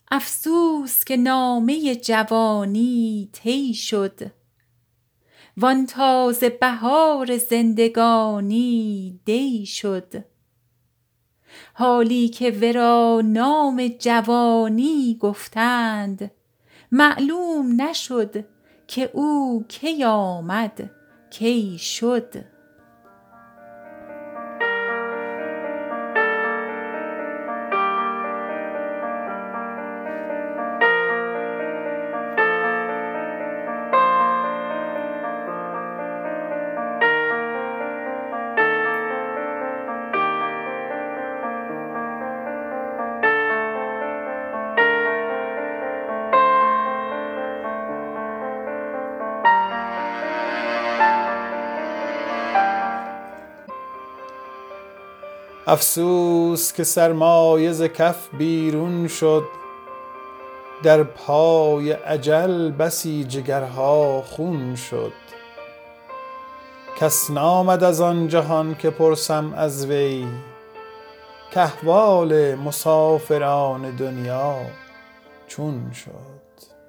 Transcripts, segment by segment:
افسوس که نامه جوانی طی شد، وان تازه بهار زندگانی دی شد. حالی که ورا نام جوانی گفتند، معلوم نشد که او کی آمد کی شد. افسوس که سرمایه ز کف بیرون شد، در پای اجل بسی جگرها خون شد. کس نامد از آن جهان که پرسم از وی، کاحوال مسافران دنیا چون شد.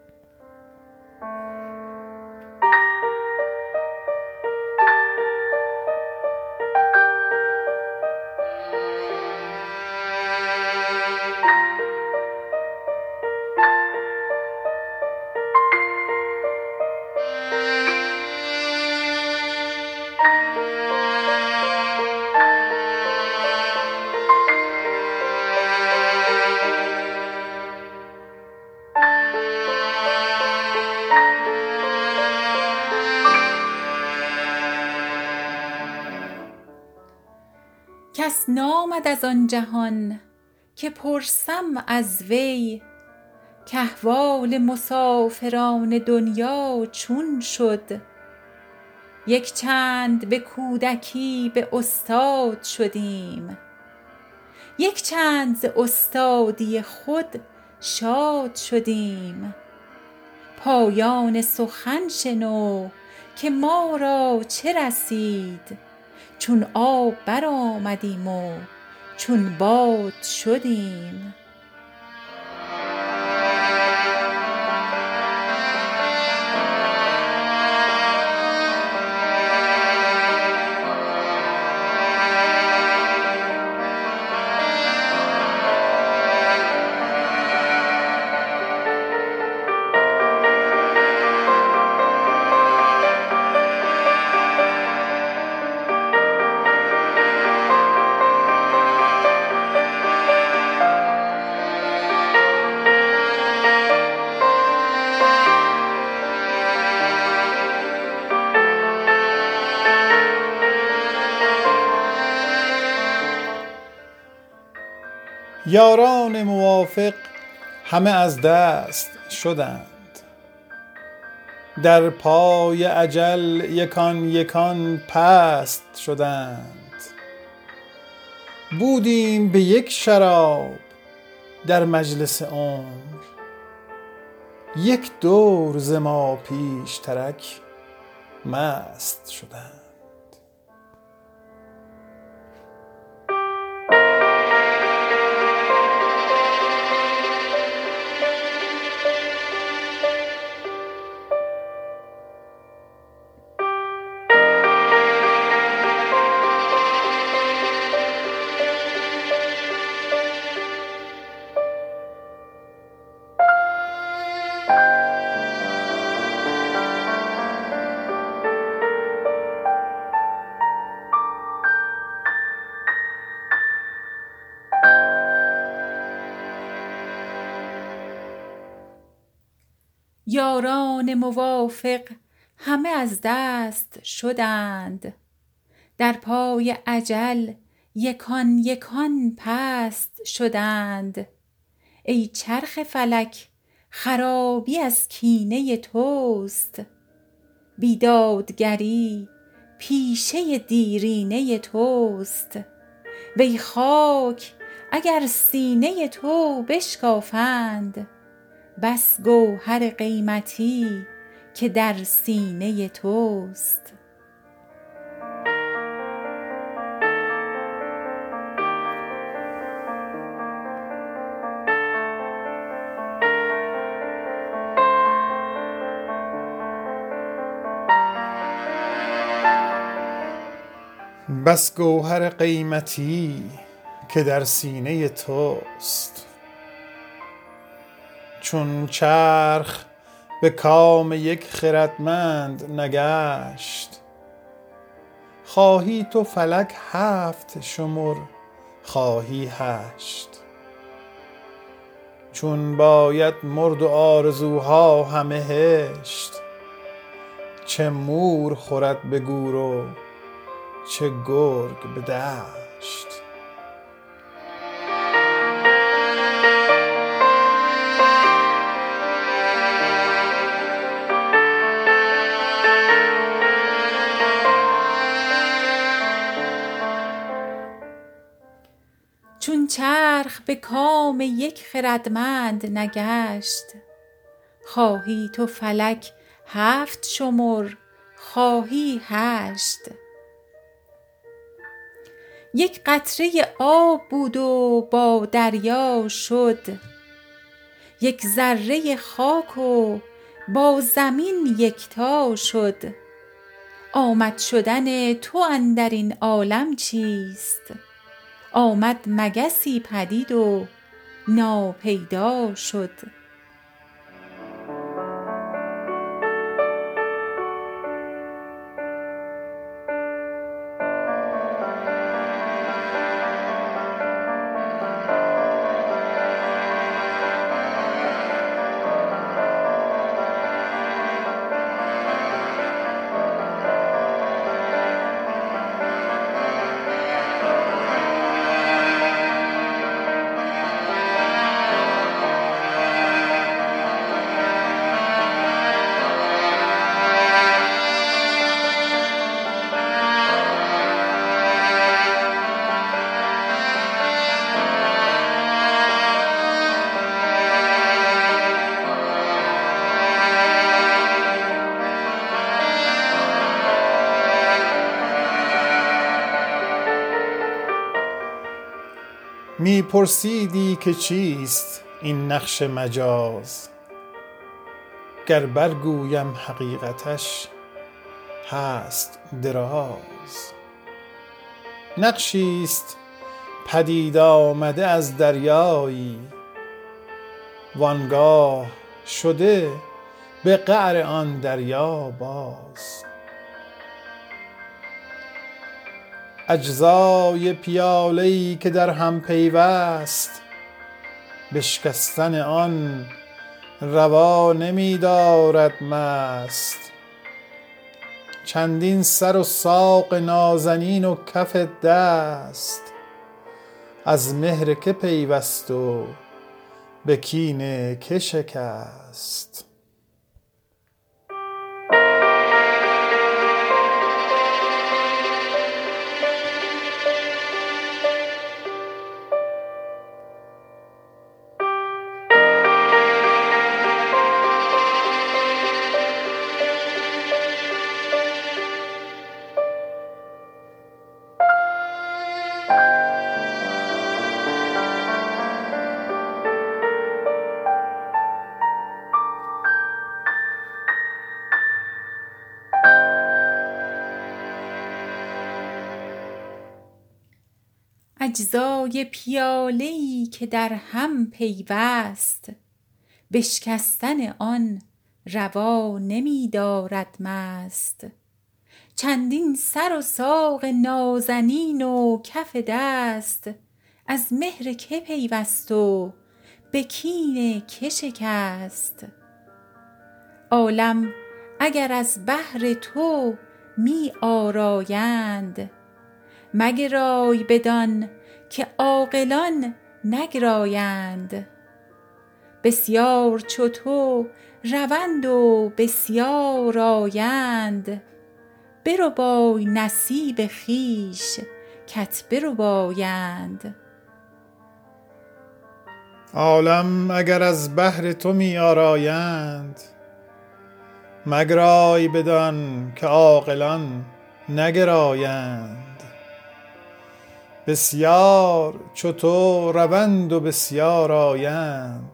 کس نامد از آن جهان که پرسم از وی، کاحوال مسافران دنیا چون شد. یک چند به کودکی به استاد شدیم، یک چند ز استادی خود شاد شدیم. پایان سخن شنو که ما را چه رسید، چون آب برآمدیم و چون باد شدیم. یاران موافق همه از دست شدند، در پای اجل یکان یکان پست شدند. بودیم به یک شراب در مجلس عمر، یک دور ز ما پیشترک مست شدند. یاران موافق همه از دست شدند، در پای اجل یکان یکان پست شدند. ای چرخ فلک خرابی از کینه توست، بیدادگری پیشه دیرینه توست. وی خاک اگر سینه تو بشکافند، بس گوهر قیمتی که در سینه توست. بس گوهر قیمتی که در سینه توست. چون چرخ به کام یک خردمند نگشت، خواهی تو فلک 7 شمر، خواهی 8. چون باید مرد و آرزوها همه هشت، چه مور خورد به گور و چه گرگ به دشت. چون چرخ به کام یک خردمند نگشت، خواهی تو فلک 7 شمر، خواهی 8. یک قطره آب بود و با دریا شد، یک ذره خاک و با زمین یکتا شد. آمد شدن تو اندر این عالم چیست؟ آمد مگسی پدید و ناپیدا شد. می پرسیدی که چیست این نقش مجاز، گر برگویم حقیقتش هست دراز. نقشیست پدید آمده از دریایی، وانگاه شده به قعر آن دریا باز. اجزای پیاله‌ای که در هم پیوست، بشکستن آن روا نمی دارد مست. چندین سر و ساق نازنین و کف دست، از مهر که پیوست و به کین که شکست. اجزای پیاله‌ای که در هم پیوست، بشکستن آن روا نمی دارد مست. چندین سر و ساق نازنین و کف دست، از مهر که پیوست و به کین که شکست. عالم اگر از بهر تو می آرایند، مگرای بدان که عاقلان نگرایند. بسیار چو تو روند و بسیار آیند، بربای نصیب خویش کت بربایند. عالم اگر از بهر تو می آرایند، مگرای بدان که عاقلان نگرایند. بسیار چو تو روند و بسیار آیند،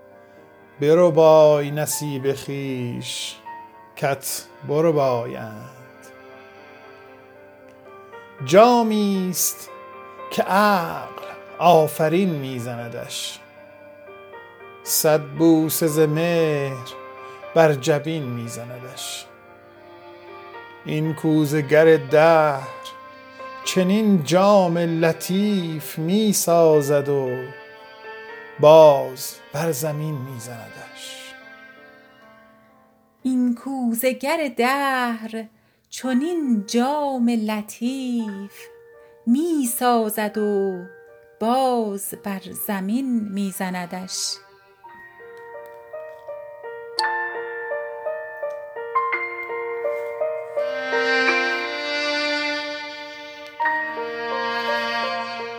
بربای نصیب خویش کت بربایند. جامیست که عقل آفرین میزندش. صد بوسه ز مهر بر جبین میزندش. این کوزه گر دهر چنین جام لطیف میسازد و باز بر زمین میزندش. این کوزه گر دهر چنین جام لطیف میسازد و باز بر زمین میزندش.